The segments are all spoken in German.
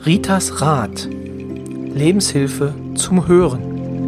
Ritas Rat. Lebenshilfe zum Hören.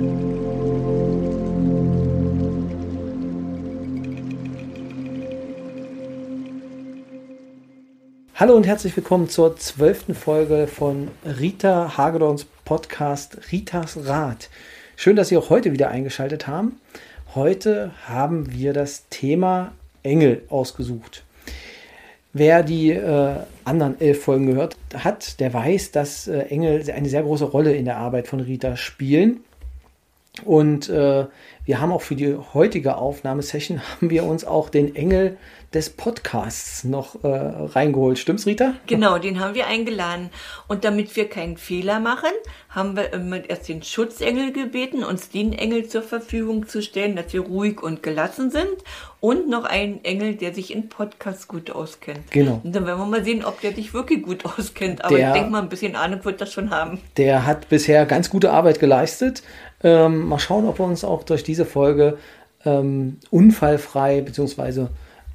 Hallo und herzlich willkommen zur 12. Folge von Rita Hagedorns Podcast Ritas Rat. Schön, dass Sie auch heute wieder eingeschaltet haben. Heute haben wir das Thema Engel ausgesucht. Wer die anderen 11 Folgen gehört hat, der weiß, dass Engel eine sehr große Rolle in der Arbeit von Rita spielen. Und wir haben auch für die heutige Aufnahmesession haben wir uns auch den Engel des Podcasts noch reingeholt. Stimmt's, Rita? Genau, den haben wir eingeladen. Und damit wir keinen Fehler machen, haben wir immer erst den Schutzengel gebeten, uns den Engel zur Verfügung zu stellen, dass wir ruhig und gelassen sind. Und noch einen Engel, der sich in Podcasts gut auskennt. Genau. Und dann werden wir mal sehen, ob der sich wirklich gut auskennt. Aber ich denke mal, ein bisschen Ahnung wird das schon haben. Der hat bisher ganz gute Arbeit geleistet. Mal schauen, ob er uns auch durch diese Folge unfallfrei bzw.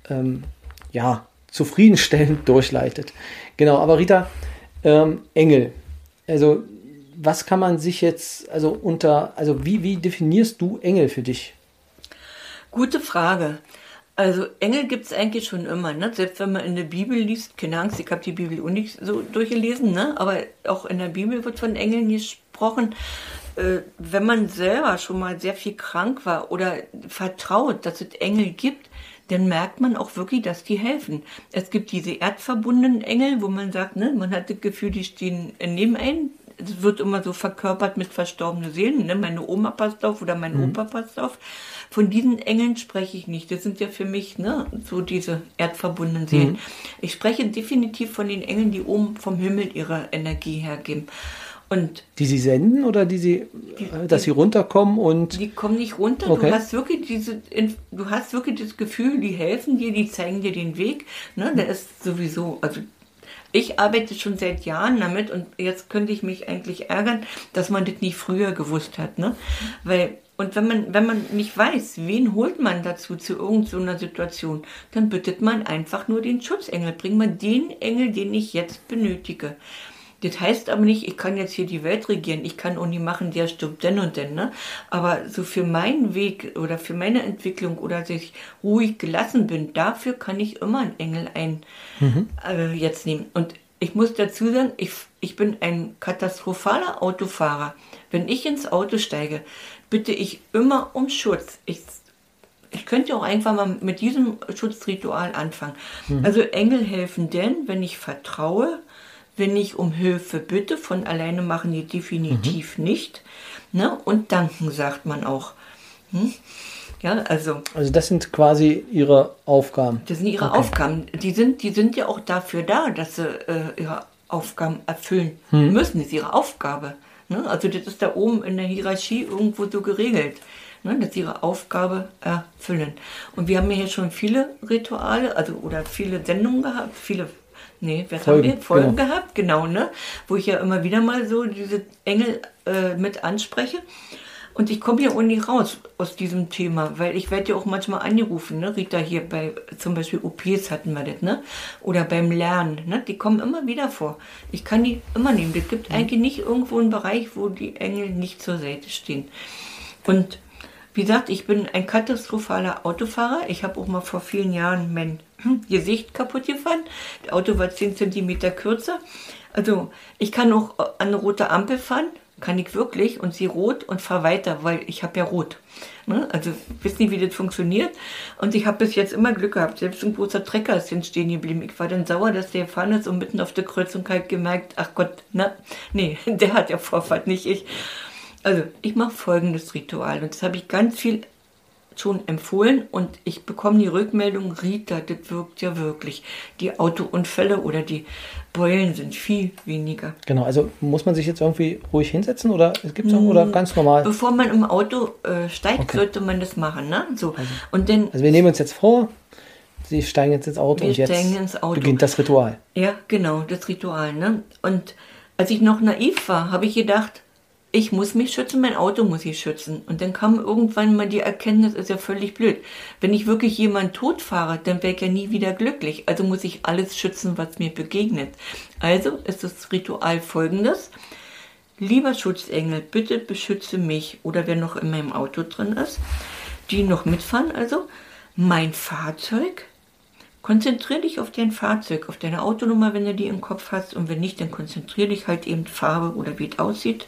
zufriedenstellend durchleitet. Genau, aber Rita, Engel, also was kann man sich jetzt, wie definierst du Engel für dich? Gute Frage. Also Engel gibt es eigentlich schon immer, ne? Selbst wenn man in der Bibel liest, keine Angst, ich habe die Bibel auch nicht so durchgelesen, ne? Aber auch in der Bibel wird von Engeln gesprochen. Wenn man selber schon mal sehr viel krank war oder vertraut, dass es Engel gibt, dann merkt man auch wirklich, dass die helfen. Es gibt diese erdverbundenen Engel, wo man sagt, ne, man hat das Gefühl, die stehen neben einem. Es wird immer so verkörpert mit verstorbenen Seelen. Ne? Meine Oma passt auf oder mein Opa passt auf. Von diesen Engeln spreche ich nicht. Das sind ja für mich so diese erdverbundenen Seelen. Ich spreche definitiv von den Engeln, die oben vom Himmel ihre Energie hergeben. Und die sie senden oder sie runterkommen und... Die kommen nicht runter, okay. Du hast wirklich das Gefühl, die helfen dir, die zeigen dir den Weg. Ne? Da ist sowieso, also ich arbeite schon seit Jahren damit und jetzt könnte ich mich eigentlich ärgern, dass man das nicht früher gewusst hat. Ne? Und wenn man nicht weiß, wen holt man dazu zu irgendeiner Situation, dann bittet man einfach nur den Schutzengel. Bring mal den Engel, den ich jetzt benötige. Das heißt aber nicht, ich kann jetzt hier die Welt regieren, ich kann auch nie machen, der stirbt denn und denn, ne? Aber so für meinen Weg oder für meine Entwicklung oder dass ich ruhig gelassen bin, dafür kann ich immer einen Engel jetzt nehmen. Und ich muss dazu sagen, ich bin ein katastrophaler Autofahrer. Wenn ich ins Auto steige, bitte ich immer um Schutz. Ich könnte auch einfach mal mit diesem Schutzritual anfangen. Also Engel helfen denn, wenn ich vertraue, wenn ich um Hilfe bitte, von alleine machen die definitiv nicht. Ne? Und danken sagt man auch. Ja, also das sind quasi ihre Aufgaben. Das sind ihre Aufgaben. Die sind ja auch dafür da, dass sie ihre Aufgaben erfüllen müssen. Das ist ihre Aufgabe. Ne? Also das ist da oben in der Hierarchie irgendwo so geregelt. Ne? Dass sie ihre Aufgabe erfüllen. Und wir haben ja hier schon viele Rituale, oder viele Sendungen gehabt, Folgen gehabt, genau, ne? Wo ich ja immer wieder mal so diese Engel mit anspreche. Und ich komme ja auch nicht raus aus diesem Thema, weil ich werde ja auch manchmal angerufen, ne? Rita, hier bei zum Beispiel OPs hatten wir das, ne? Oder beim Lernen, ne? Die kommen immer wieder vor. Ich kann die immer nehmen. Es gibt eigentlich nicht irgendwo einen Bereich, wo die Engel nicht zur Seite stehen. Und wie gesagt, ich bin ein katastrophaler Autofahrer. Ich habe auch mal vor vielen Jahren mein Gesicht kaputt gefahren. Das Auto war 10 cm kürzer. Also ich kann auch an eine rote Ampel fahren, kann ich wirklich, und sehe rot und fahre weiter, weil ich habe ja rot. Ne? Also wisst nicht, wie das funktioniert. Und ich habe bis jetzt immer Glück gehabt. Selbst ein großer Trecker ist stehen geblieben. Ich war dann sauer, dass der gefahren ist und mitten auf der Kreuzung halt gemerkt, ach Gott, der hat ja Vorfahrt, nicht ich. Also ich mache folgendes Ritual und das habe ich ganz viel schon empfohlen und ich bekomme die Rückmeldung, Rita, das wirkt ja wirklich. Die Autounfälle oder die Beulen sind viel weniger. Genau, also muss man sich jetzt irgendwie ruhig hinsetzen oder gibt's auch, oder ganz normal? Bevor man im Auto steigt, sollte man das machen. Ne? So. Und dann, also wir nehmen uns jetzt vor, Sie steigen jetzt ins Auto und jetzt beginnt das Ritual. Ja, genau, das Ritual. Ne? Und als ich noch naiv war, habe ich gedacht, ich muss mich schützen, mein Auto muss ich schützen. Und dann kam irgendwann mal die Erkenntnis, ist ja völlig blöd. Wenn ich wirklich jemanden tot fahre, dann wäre ich ja nie wieder glücklich. Also muss ich alles schützen, was mir begegnet. Also ist das Ritual folgendes. Lieber Schutzengel, bitte beschütze mich oder wer noch in meinem Auto drin ist, die noch mitfahren, also mein Fahrzeug. Konzentriere dich auf dein Fahrzeug, auf deine Autonummer, wenn du die im Kopf hast. Und wenn nicht, dann konzentriere dich halt eben Farbe oder wie es aussieht.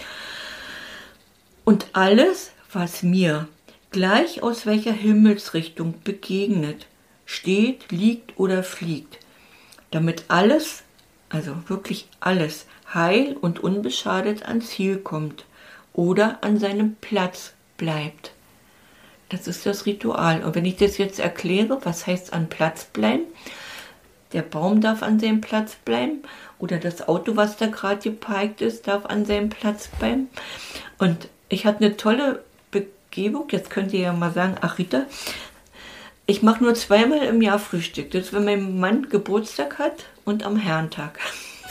Und alles, was mir gleich aus welcher Himmelsrichtung begegnet, steht, liegt oder fliegt, damit alles, also wirklich alles, heil und unbeschadet ans Ziel kommt oder an seinem Platz bleibt. Das ist das Ritual. Und wenn ich das jetzt erkläre, was heißt an Platz bleiben? Der Baum darf an seinem Platz bleiben oder das Auto, was da gerade geparkt ist, darf an seinem Platz bleiben. Und ich hatte eine tolle Begebung. Jetzt könnt ihr ja mal sagen, ach Rita, ich mache nur 2-mal im Jahr Frühstück. Das ist, wenn mein Mann Geburtstag hat und am Herrentag.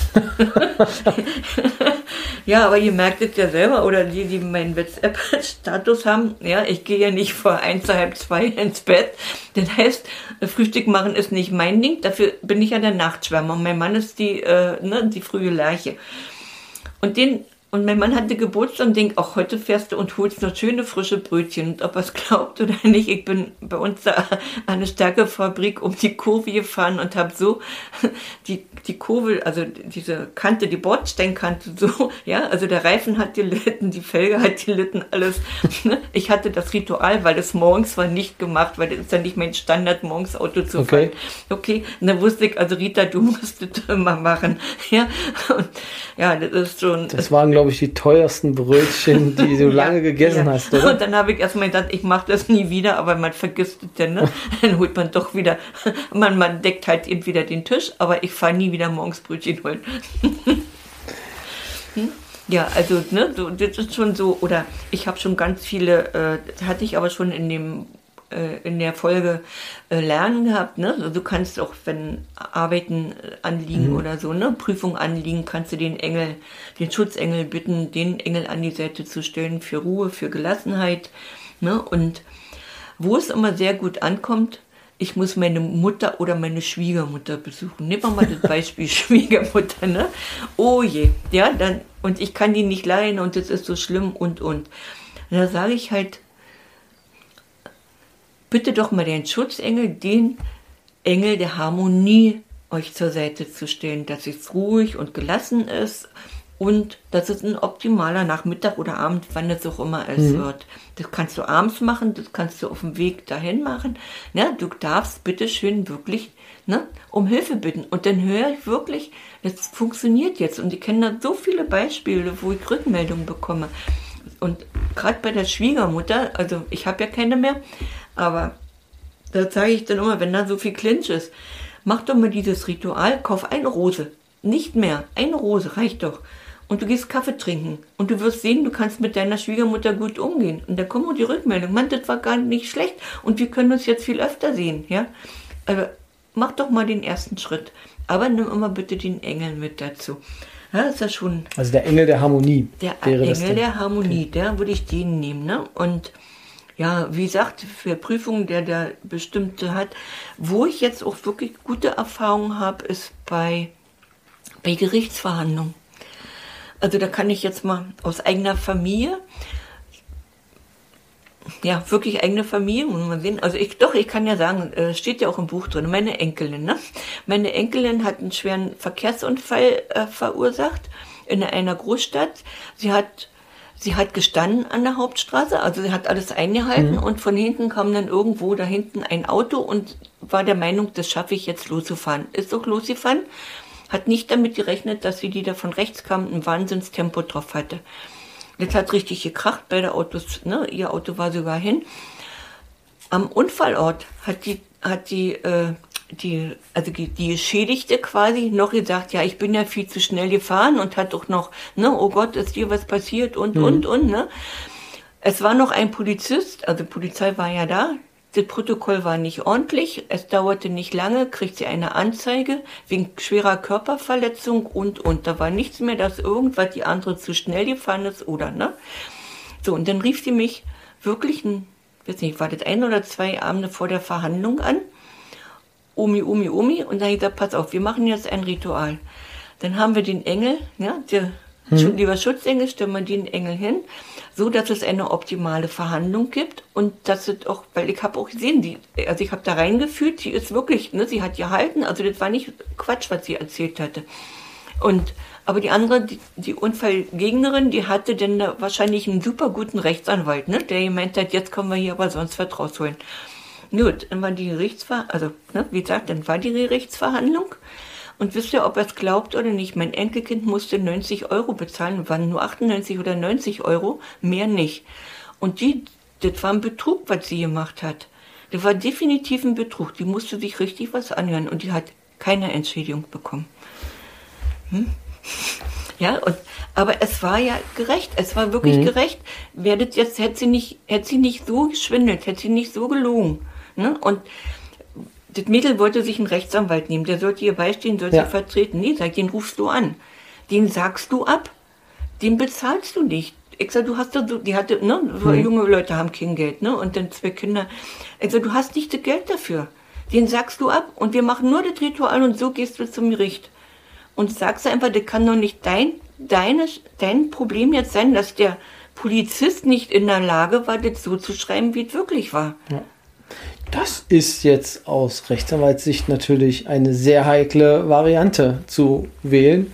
Ja, aber ihr merkt es ja selber, oder die meinen WhatsApp-Status haben, ja, ich gehe ja nicht vor 1, halb 2 ins Bett. Das heißt, Frühstück machen ist nicht mein Ding, dafür bin ich ja der Nachtschwärmer. Und mein Mann ist die frühe Lerche. Und mein Mann hatte Geburtstag und denkt, auch heute fährst du und holst noch schöne frische Brötchen. Und ob er es glaubt oder nicht, ich bin bei uns da an der Stärkefabrik um die Kurve gefahren und habe so die Kurve, also diese Kante, die Bordsteinkante so, ja, also der Reifen hat gelitten, die Felge hat gelitten, alles. Ich hatte das Ritual, weil das morgens war nicht gemacht, weil das ist ja nicht mein Standard, morgens Auto zu fahren. Okay, und dann wusste ich, also Rita, du musst das immer machen. Ja, und ja, das ist schon... Das waren, glaube ich, die teuersten Brötchen, die du lange gegessen hast, oder? Und dann habe ich erstmal gedacht, ich mache das nie wieder, aber man vergisst es denn, ne? Dann holt man doch wieder, man deckt halt eben wieder den Tisch, aber ich fahre nie wieder morgens Brötchen holen. Ja, also, ne, so, das ist schon so, oder ich habe schon ganz viele, hatte ich aber schon in der Folge Lernen gehabt, ne? Also du kannst auch, wenn Arbeiten anliegen oder so, ne, Prüfungen anliegen, kannst du den Schutzengel bitten, den Engel an die Seite zu stellen für Ruhe, für Gelassenheit, ne? Und wo es immer sehr gut ankommt, ich muss meine Mutter oder meine Schwiegermutter besuchen. Nehmen wir mal das Beispiel Schwiegermutter, ne? Oh je, ja, dann, und ich kann die nicht leiden und das ist so schlimm und. Da sage ich halt, bitte doch mal den Schutzengel, den Engel der Harmonie euch zur Seite zu stellen, dass es ruhig und gelassen ist und dass es ein optimaler Nachmittag oder Abend, wann es auch immer es wird. Das kannst du abends machen, das kannst du auf dem Weg dahin machen. Ja, du darfst bitte schön wirklich, ne, um Hilfe bitten. Und dann höre ich wirklich, das funktioniert jetzt. Und ich kenne da so viele Beispiele, wo ich Rückmeldungen bekomme. Und gerade bei der Schwiegermutter, also ich habe ja keine mehr, aber da sage ich dann immer, wenn da so viel Clinch ist, mach doch mal dieses Ritual, kauf eine Rose. Nicht mehr, eine Rose reicht doch. Und du gehst Kaffee trinken und du wirst sehen, du kannst mit deiner Schwiegermutter gut umgehen. Und da kommt die Rückmeldung, Mann, das war gar nicht schlecht und wir können uns jetzt viel öfter sehen. Ja? Also mach doch mal den ersten Schritt. Aber nimm immer bitte den Engel mit dazu. Ja, ist ja schon... Also der Engel der Harmonie. Der Engel der Harmonie, okay. Der würde ich den nehmen. Ne? Und ja, wie gesagt, für Prüfungen, der bestimmte hat, wo ich jetzt auch wirklich gute Erfahrungen habe, ist bei Gerichtsverhandlungen. Also da kann ich jetzt mal aus eigener Familie, ja, wirklich eigene Familie, muss man sehen. Also ich kann ja sagen, steht ja auch im Buch drin, meine Enkelin, ne? Meine Enkelin hat einen schweren Verkehrsunfall verursacht in einer Großstadt. Sie hat gestanden an der Hauptstraße, also sie hat alles eingehalten und von hinten kam dann irgendwo da hinten ein Auto und war der Meinung, das schaffe ich jetzt loszufahren. Ist auch losgefahren, hat nicht damit gerechnet, dass sie, die da von rechts kam, ein Wahnsinnstempo drauf hatte. Das hat richtig gekracht, beide Autos, ne, ihr Auto war sogar hin. Am Unfallort hat die Geschädigte quasi noch gesagt, ja, ich bin ja viel zu schnell gefahren und hat doch noch, ne, oh Gott, ist dir was passiert und, ne. Es war noch ein Polizist, also Polizei war ja da, das Protokoll war nicht ordentlich, es dauerte nicht lange, kriegt sie eine Anzeige wegen schwerer Körperverletzung und. Da war nichts mehr, dass irgendwas die andere zu schnell gefahren ist oder, ne? So, und dann rief sie mich wirklich, weiß nicht, war das 1 oder 2 Abende vor der Verhandlung an, Omi, und dann habe ich gesagt, pass auf, wir machen jetzt ein Ritual. Dann haben wir den Engel, ja, lieber Schutzengel, stellen wir den Engel hin, so dass es eine optimale Verhandlung gibt und dass es auch, weil ich habe auch gesehen, ich habe da reingefühlt, sie ist wirklich, ne, sie hat gehalten, also das war nicht Quatsch, was sie erzählt hatte. Aber die andere, die Unfallgegnerin, die hatte dann wahrscheinlich einen super guten Rechtsanwalt, ne, der gemeint hat, jetzt können wir hier aber sonst was rausholen. Gut, dann war die dann war die Gerichtsverhandlung. Und wisst ihr, ob er es glaubt oder nicht, mein Enkelkind musste 90 Euro bezahlen, waren nur 98 oder 90 Euro, mehr nicht. Und das war ein Betrug, was sie gemacht hat. Das war definitiv ein Betrug. Die musste sich richtig was anhören und die hat keine Entschädigung bekommen. Ja, aber es war ja gerecht, es war wirklich gerecht. Hätte sie nicht so geschwindelt, hätte sie nicht so gelogen. Ne? Und das Mädel wollte sich einen Rechtsanwalt nehmen, der sollte ihr beistehen, sollte sie vertreten. Nee, den rufst du an. Den sagst du ab. Den bezahlst du nicht. Ich sag, junge Leute haben kein Geld, ne? Und dann 2 Kinder. Ich sag, du hast nicht das Geld dafür. Den sagst du ab und wir machen nur das Ritual und so gehst du zum Gericht. Und sagst einfach, das kann doch nicht dein Problem jetzt sein, dass der Polizist nicht in der Lage war, das so zu schreiben, wie es wirklich war. Ja. Das ist jetzt aus Rechtsanwaltssicht natürlich eine sehr heikle Variante zu wählen.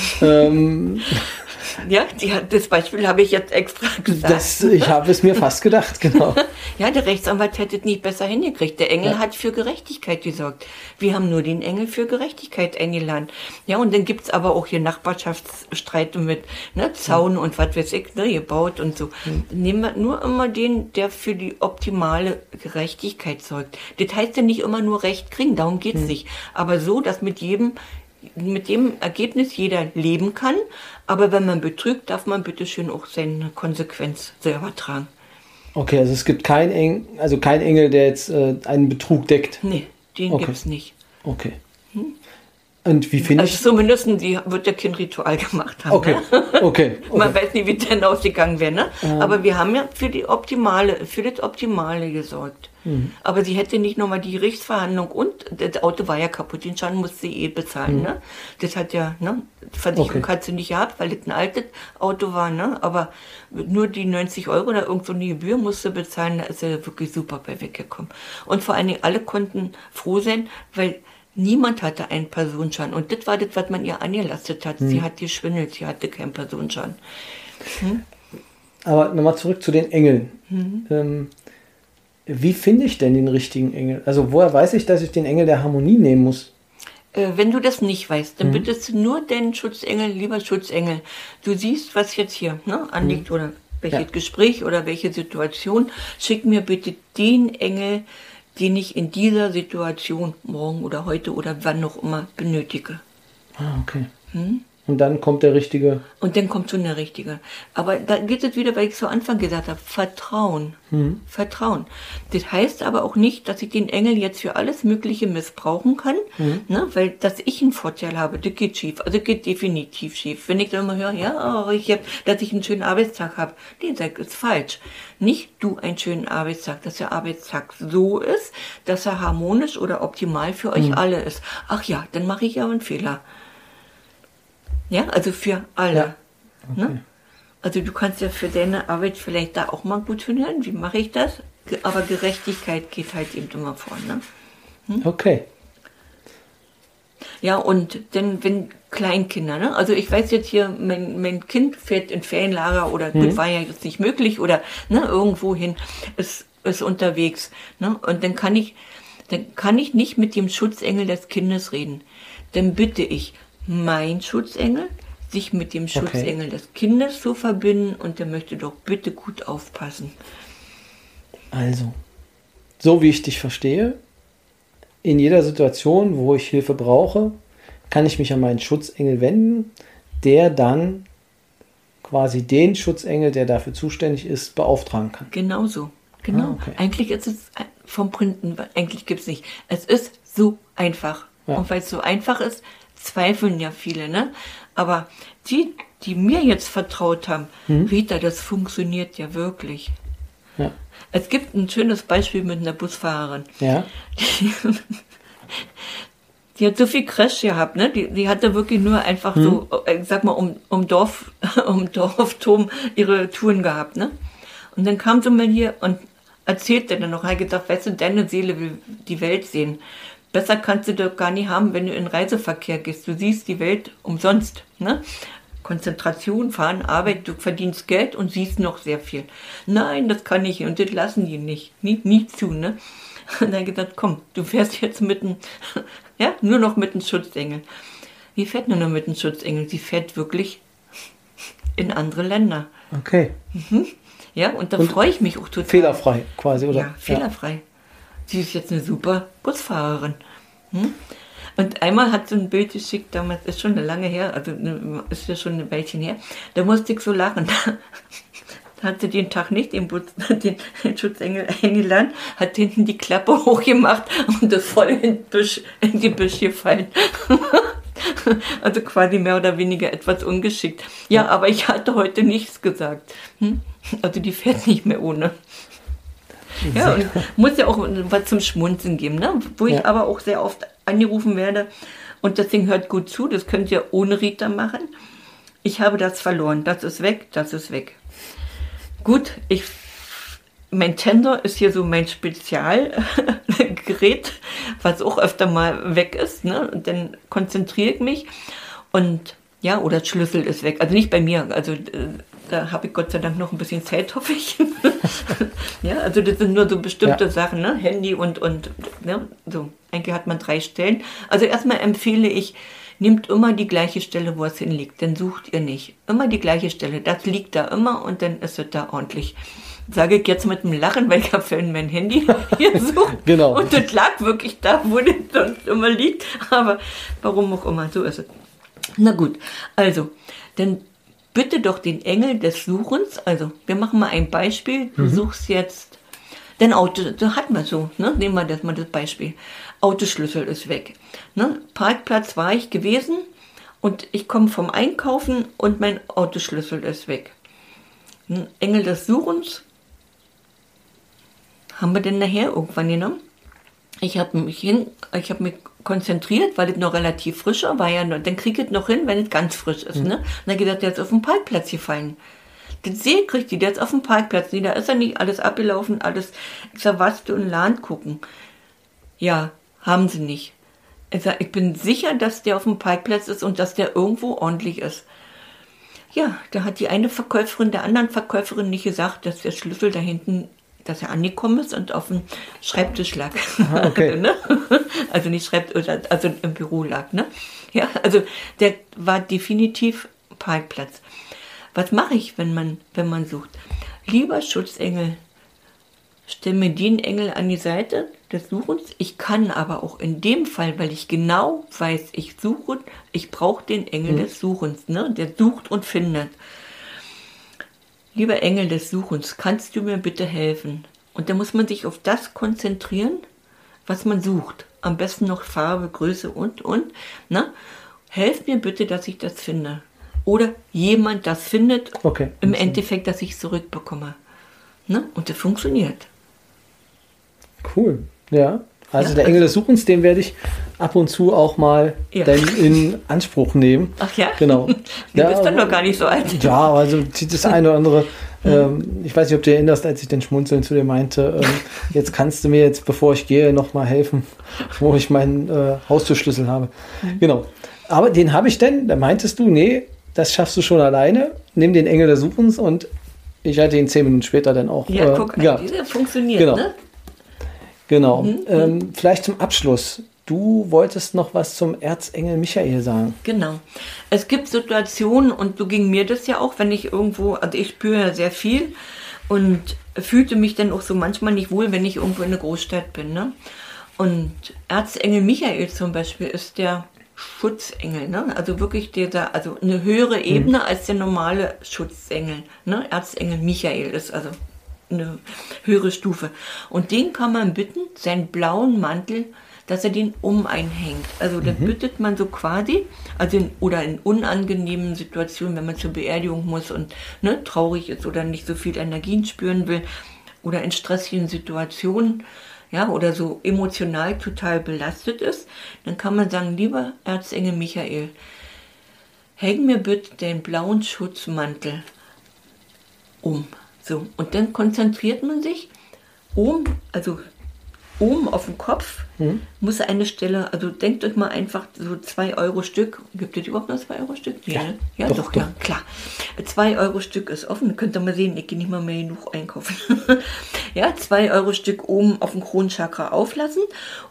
Ja, das Beispiel habe ich jetzt extra gesagt. Ich habe es mir fast gedacht, genau. Ja, der Rechtsanwalt hätte es nicht besser hingekriegt. Der Engel hat für Gerechtigkeit gesorgt. Wir haben nur den Engel für Gerechtigkeit eingeladen. Ja, und dann gibt's aber auch hier Nachbarschaftsstreite mit Zaun und was weiß ich, gebaut und so. Nehmen wir nur immer den, der für die optimale Gerechtigkeit sorgt. Das heißt ja nicht immer nur Recht kriegen, darum geht's nicht. Aber so, dass mit dem Ergebnis jeder leben kann, aber wenn man betrügt, darf man bitteschön auch seine Konsequenz selber tragen. Okay, also es gibt keinen Engel, der jetzt einen Betrug deckt? Nee, den gibt's nicht. Okay. Und wie finde ich... Also zumindest wird der Kind Ritual gemacht haben. Okay, ne? okay. Man weiß nicht, wie es denn ausgegangen wäre, ne? Aber wir haben ja für das Optimale gesorgt. Aber sie hätte nicht nochmal die Gerichtsverhandlung und das Auto war ja kaputt, den Schaden musste sie bezahlen, ne? Das hat ja, ne? Die Versicherung hat sie nicht gehabt, weil das ein altes Auto war, ne? Aber nur die 90 Euro oder irgend so eine Gebühr musste bezahlen, da ist sie wirklich super bei weggekommen. Und vor allen Dingen alle konnten froh sein, weil niemand hatte einen Personenschaden. Und das war das, was man ihr angelastet hat. Sie hat geschwindelt, sie hatte keinen Personenschaden. Aber nochmal zurück zu den Engeln. Wie finde ich denn den richtigen Engel? Also woher weiß ich, dass ich den Engel der Harmonie nehmen muss? Wenn du das nicht weißt, dann bittest du nur deinen Schutzengel, lieber Schutzengel. Du siehst, was jetzt hier anliegt oder welches Gespräch oder welche Situation. Schick mir bitte den Engel, den ich in dieser Situation morgen oder heute oder wann noch immer benötige. Ah, okay. Und dann kommt der Richtige. Und dann kommt schon der Richtige. Aber da geht es wieder, weil ich zu Anfang gesagt habe, Vertrauen. Vertrauen. Das heißt aber auch nicht, dass ich den Engel jetzt für alles Mögliche missbrauchen kann, ne? Weil, dass ich einen Vorteil habe, das geht schief. Also das geht definitiv schief. Wenn ich dann mal höre, dass ich einen schönen Arbeitstag habe, nee, das ist falsch. Nicht du einen schönen Arbeitstag, dass der Arbeitstag so ist, dass er harmonisch oder optimal für euch alle ist. Ach ja, dann mache ich aber einen Fehler. Ja, also für alle. Ja. Okay. Ne? Also du kannst ja für deine Arbeit vielleicht da auch mal gut hören, wie mache ich das? Aber Gerechtigkeit geht halt eben immer vor. Ne? Okay. Ja, und dann, wenn Kleinkinder, ne? Also ich weiß jetzt hier, mein Kind fährt in Ferienlager oder gut, war ja jetzt nicht möglich oder irgendwo hin, ist unterwegs. Ne? Und dann kann ich nicht mit dem Schutzengel des Kindes reden. Dann bitte ich mein Schutzengel, sich mit dem Schutzengel des Kindes zu verbinden und der möchte doch bitte gut aufpassen. Also, so wie ich dich verstehe, in jeder Situation, wo ich Hilfe brauche, kann ich mich an meinen Schutzengel wenden, der dann quasi den Schutzengel, der dafür zuständig ist, beauftragen kann. Genau so. Genau. Okay. Eigentlich ist es vom Printen, eigentlich gibt es nicht. Es ist so einfach. Ja. Und weil es so einfach ist, zweifeln ja viele, ne? Aber die mir jetzt vertraut haben, Rita, das funktioniert ja wirklich. Ja. Es gibt ein schönes Beispiel mit einer Busfahrerin. Ja. Die hat so viel Crash gehabt, ne? Die hatte wirklich nur einfach so, ich sag mal, um Dorfturm ihre Touren gehabt, ne? Und dann kam sie mal hier und erzählte dann noch, hat gesagt, weißt du, deine Seele will die Welt sehen. Besser kannst du doch gar nicht haben, wenn du in Reiseverkehr gehst. Du siehst die Welt umsonst, ne? Konzentration, Fahren, Arbeit, du verdienst Geld und siehst noch sehr viel. Nein, das kann ich und das lassen die nicht. Nie zu, ne? Und dann gesagt, komm, du fährst jetzt nur noch mit einem Schutzengel. Wie fährt nur noch mit einem Schutzengel? Sie fährt wirklich in andere Länder. Okay. Ja, und da freue ich mich auch total. Fehlerfrei quasi, oder? Ja, fehlerfrei. Ja. Sie ist jetzt eine super Busfahrerin. Und einmal hat sie ein Bild geschickt, damals ist schon lange her, also ist ja schon ein Weilchen her, da musste ich so lachen. Da hat sie den Tag nicht den Schutzengel eingeladen, hat hinten die Klappe hochgemacht und ist voll in die Büsch gefallen. Also quasi mehr oder weniger etwas ungeschickt. Ja, aber ich hatte heute nichts gesagt. Also die fährt nicht mehr ohne. Ja, und muss ja auch was zum Schmunzeln geben, ne? Wo ich aber auch sehr oft angerufen werde. Und deswegen hört gut zu, das könnt ihr ohne Rita machen. Ich habe das verloren, das ist weg, das ist weg. Gut, mein Tensor ist hier so mein Spezialgerät, was auch öfter mal weg ist, ne? Und dann konzentriere ich mich und ja, oder Schlüssel ist weg. Also nicht bei mir, also da habe ich Gott sei Dank noch ein bisschen Zeit, hoffe ich. Ja, also das sind nur so bestimmte Sachen, ne? Handy und ne? So, eigentlich hat man 3 Stellen. Also erstmal empfehle ich, nehmt immer die gleiche Stelle, wo es hinliegt, dann sucht ihr nicht. Immer die gleiche Stelle, das liegt da immer und dann ist es da ordentlich. Sage ich jetzt mit einem Lachen, weil ich habe vorhin mein Handy hier gesucht. Genau. Und das lag wirklich da, wo das sonst immer liegt. Aber warum auch immer, so ist es. Na gut, also, dann bitte doch den Engel des Suchens, also wir machen mal ein Beispiel, du suchst jetzt dein Auto, da hatten wir so, ne? Nehmen wir das mal das Beispiel, Autoschlüssel ist weg, ne? Parkplatz war ich gewesen und ich komme vom Einkaufen und mein Autoschlüssel ist weg. Engel des Suchens haben wir denn nachher irgendwann genommen? Ich habe mich konzentriert, weil es noch relativ frischer war. Ja, dann kriege ich es noch hin, wenn es ganz frisch ist. Ne? Und dann gesagt, der ist auf den Parkplatz gefallen. Den See kriegt die, der ist auf dem Parkplatz. Nee, da ist ja nicht alles abgelaufen, alles. Ich sag, was du in Land gucken? Ja, haben sie nicht. Ich sag, ich bin sicher, dass der auf dem Parkplatz ist und dass der irgendwo ordentlich ist. Ja, da hat die eine Verkäuferin der anderen Verkäuferin nicht gesagt, dass der Schlüssel da hinten, dass er angekommen ist und auf dem Schreibtisch lag. Aha, okay. Ne? Also nicht Schreibtisch, also im Büro lag. Ne? Ja, also der war definitiv Parkplatz. Was mache ich, wenn man sucht? Lieber Schutzengel, stell mir den Engel an die Seite des Suchens. Ich kann aber auch in dem Fall, weil ich genau weiß, ich brauche den Engel des Suchens, ne? Der sucht und findet. Lieber Engel des Suchens, kannst du mir bitte helfen? Und da muss man sich auf das konzentrieren, was man sucht. Am besten noch Farbe, Größe und. Ne? Helft mir bitte, dass ich das finde. Oder jemand das findet, im Endeffekt, dass ich es zurückbekomme. Ne? Und das funktioniert. Cool, ja. Also der Engel des Suchens, den werde ich ab und zu auch mal dann in Anspruch nehmen. Ach ja? Genau. Du bist dann noch gar nicht so alt. Ja, also das eine oder andere. Ich weiß nicht, ob du dich erinnerst, als ich den Schmunzeln zu dir meinte, jetzt kannst du mir jetzt, bevor ich gehe, noch mal helfen, wo ich meinen Haustürschlüssel habe. Genau. Aber den habe ich denn, da meintest du, nee, das schaffst du schon alleine, nimm den Engel des Suchens und ich hatte ihn 10 Minuten später dann auch. Ja, guck, dieser funktioniert, genau. Ne? Genau. Vielleicht zum Abschluss. Du wolltest noch was zum Erzengel Michael sagen. Genau. Es gibt Situationen, und so ging mir das ja auch, wenn ich irgendwo, also ich spüre ja sehr viel und fühlte mich dann auch so manchmal nicht wohl, wenn ich irgendwo in einer Großstadt bin. Ne? Und Erzengel Michael zum Beispiel ist der Schutzengel, ne? Also wirklich also eine höhere Ebene als der normale Schutzengel. Ne? Erzengel Michael ist also eine höhere Stufe. Und den kann man bitten, seinen blauen Mantel, dass er den einhängt. Also das bittet man so quasi, oder in unangenehmen Situationen, wenn man zur Beerdigung muss und traurig ist oder nicht so viel Energien spüren will oder in stressigen Situationen, ja, oder so emotional total belastet ist, dann kann man sagen, lieber Erzengel Michael, häng mir bitte den blauen Schutzmantel um. So, und dann konzentriert man sich oben auf dem Kopf, muss eine Stelle, also denkt euch mal einfach so 2 Euro Stück, gibt es überhaupt noch 2 Euro Stück? Ja, ne? Ja, doch, ja, klar. 2 Euro Stück ist offen, könnt ihr mal sehen, ich gehe nicht mal mehr genug einkaufen. Ja, 2 Euro Stück oben auf dem Kronchakra auflassen.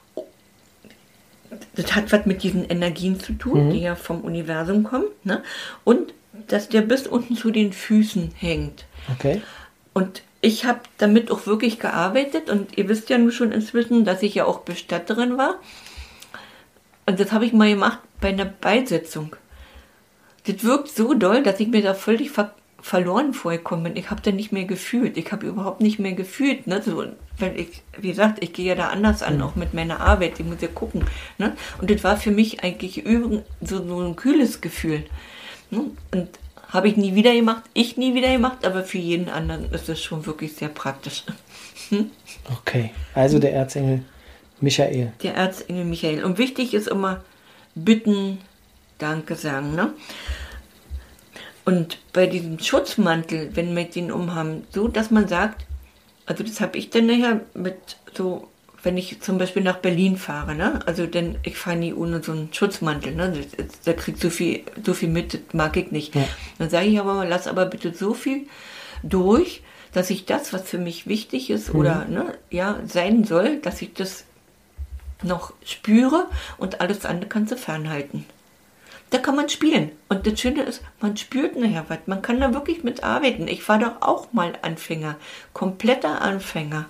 Das hat was mit diesen Energien zu tun, die ja vom Universum kommen, ne? Und dass der bis unten zu den Füßen hängt. Okay. Und ich habe damit auch wirklich gearbeitet und ihr wisst ja nun schon inzwischen, dass ich ja auch Bestatterin war. Und das habe ich mal gemacht bei einer Beisetzung. Das wirkt so doll, dass ich mir da völlig verloren vorgekommen bin. Ich habe da nicht mehr gefühlt. Ich habe überhaupt nicht mehr gefühlt. Ne? So, weil ich, wie gesagt, ich gehe ja da anders an, auch mit meiner Arbeit. Ich muss ja gucken. Ne? Und das war für mich eigentlich so ein kühles Gefühl. Ne? Und habe ich nie wieder gemacht, aber für jeden anderen ist das schon wirklich sehr praktisch. Okay, also der Erzengel Michael. Der Erzengel Michael. Und wichtig ist immer bitten, Danke sagen. Ne? Und bei diesem Schutzmantel, wenn wir den umhaben, so, dass man sagt, also das habe ich dann nachher mit so, wenn ich zum Beispiel nach Berlin fahre, ne? Also denn ich fahre nie ohne so einen Schutzmantel, ne? Da kriegt so viel mit, das mag ich nicht. Ja. Dann sage ich aber mal, lass aber bitte so viel durch, dass ich das, was für mich wichtig ist oder sein soll, dass ich das noch spüre und alles andere kannst du fernhalten. Da kann man spielen. Und das Schöne ist, man spürt nachher was. Man kann da wirklich mitarbeiten. Ich war doch auch mal Anfänger, kompletter Anfänger.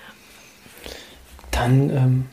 Dann,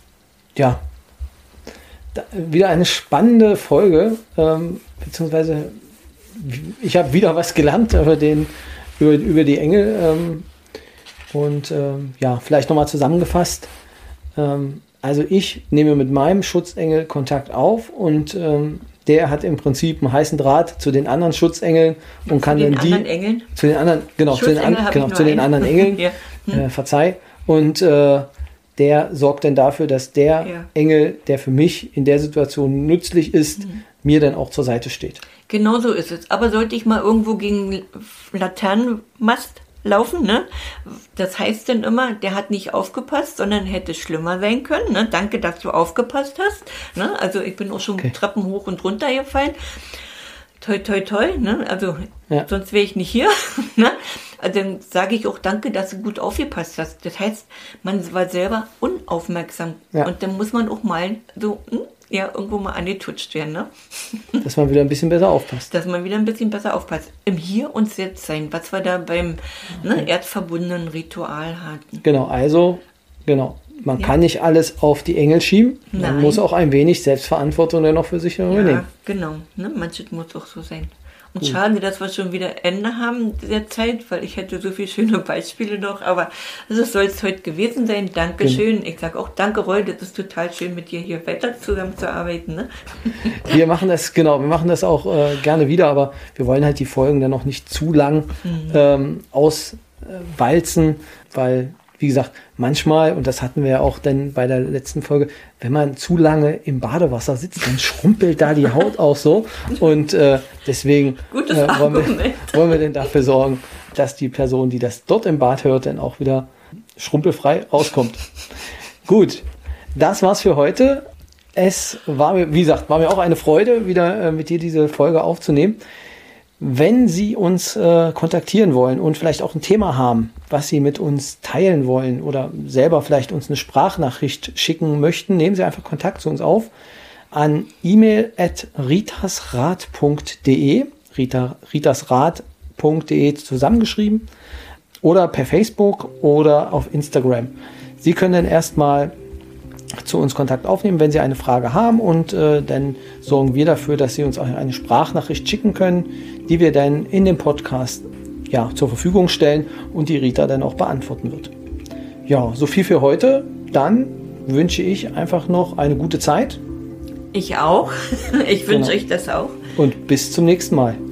wieder eine spannende Folge, beziehungsweise ich habe wieder was gelernt über die Engel vielleicht nochmal zusammengefasst. Also ich nehme mit meinem Schutzengel Kontakt auf und der hat im Prinzip einen heißen Draht zu den anderen Schutzengeln und kann dann zu den anderen Engeln, ja. Verzeih, und der sorgt dann dafür, dass der Engel, der für mich in der Situation nützlich ist, mir dann auch zur Seite steht. Genau so ist es. Aber sollte ich mal irgendwo gegen Laternenmast laufen, ne? Das heißt dann immer, der hat nicht aufgepasst, sondern hätte schlimmer sein können. Ne? Danke, dass du aufgepasst hast. Ne? Also ich bin auch schon Treppen hoch und runter gefallen. Toi, toi, toi. Ne? Also sonst wäre ich nicht hier. Ne? Also dann sage ich auch danke, dass du gut aufgepasst hast. Das heißt, man war selber unaufmerksam. Ja. Und dann muss man auch mal so irgendwo mal angetutscht werden. Ne? Dass man wieder ein bisschen besser aufpasst. Im Hier und Jetzt sein, was wir da beim erdverbundenen Ritual hatten. Man kann nicht alles auf die Engel schieben. Man muss auch ein wenig Selbstverantwortung dann noch für sich übernehmen. Ja, genau. Ne? Manches muss auch so sein. Und schade, dass wir schon wieder Ende haben der Zeit, weil ich hätte so viele schöne Beispiele noch, aber das soll es heute gewesen sein. Dankeschön. Genau. Ich sage auch danke, Roy, das ist total schön, mit dir hier weiter zusammenzuarbeiten. Ne? Wir machen das auch gerne wieder, aber wir wollen halt die Folgen dann noch nicht zu lang auswalzen, weil, wie gesagt, manchmal, und das hatten wir ja auch dann bei der letzten Folge, wenn man zu lange im Badewasser sitzt, dann schrumpelt da die Haut auch so. Und deswegen wollen wir denn dafür sorgen, dass die Person, die das dort im Bad hört, dann auch wieder schrumpelfrei rauskommt. Gut, das war's für heute. Es war mir auch eine Freude, wieder mit dir diese Folge aufzunehmen. Wenn Sie uns kontaktieren wollen und vielleicht auch ein Thema haben, was Sie mit uns teilen wollen oder selber vielleicht uns eine Sprachnachricht schicken möchten, nehmen Sie einfach Kontakt zu uns auf an email@ritasrat.de, ritasrat.de zusammengeschrieben, oder per Facebook oder auf Instagram. Sie können dann erstmal zu uns Kontakt aufnehmen, wenn Sie eine Frage haben, und dann sorgen wir dafür, dass Sie uns auch eine Sprachnachricht schicken können, die wir dann in dem Podcast zur Verfügung stellen und die Rita dann auch beantworten wird. Ja, so viel für heute. Dann wünsche ich einfach noch eine gute Zeit. Ich auch. Ich wünsche euch das auch. Und bis zum nächsten Mal.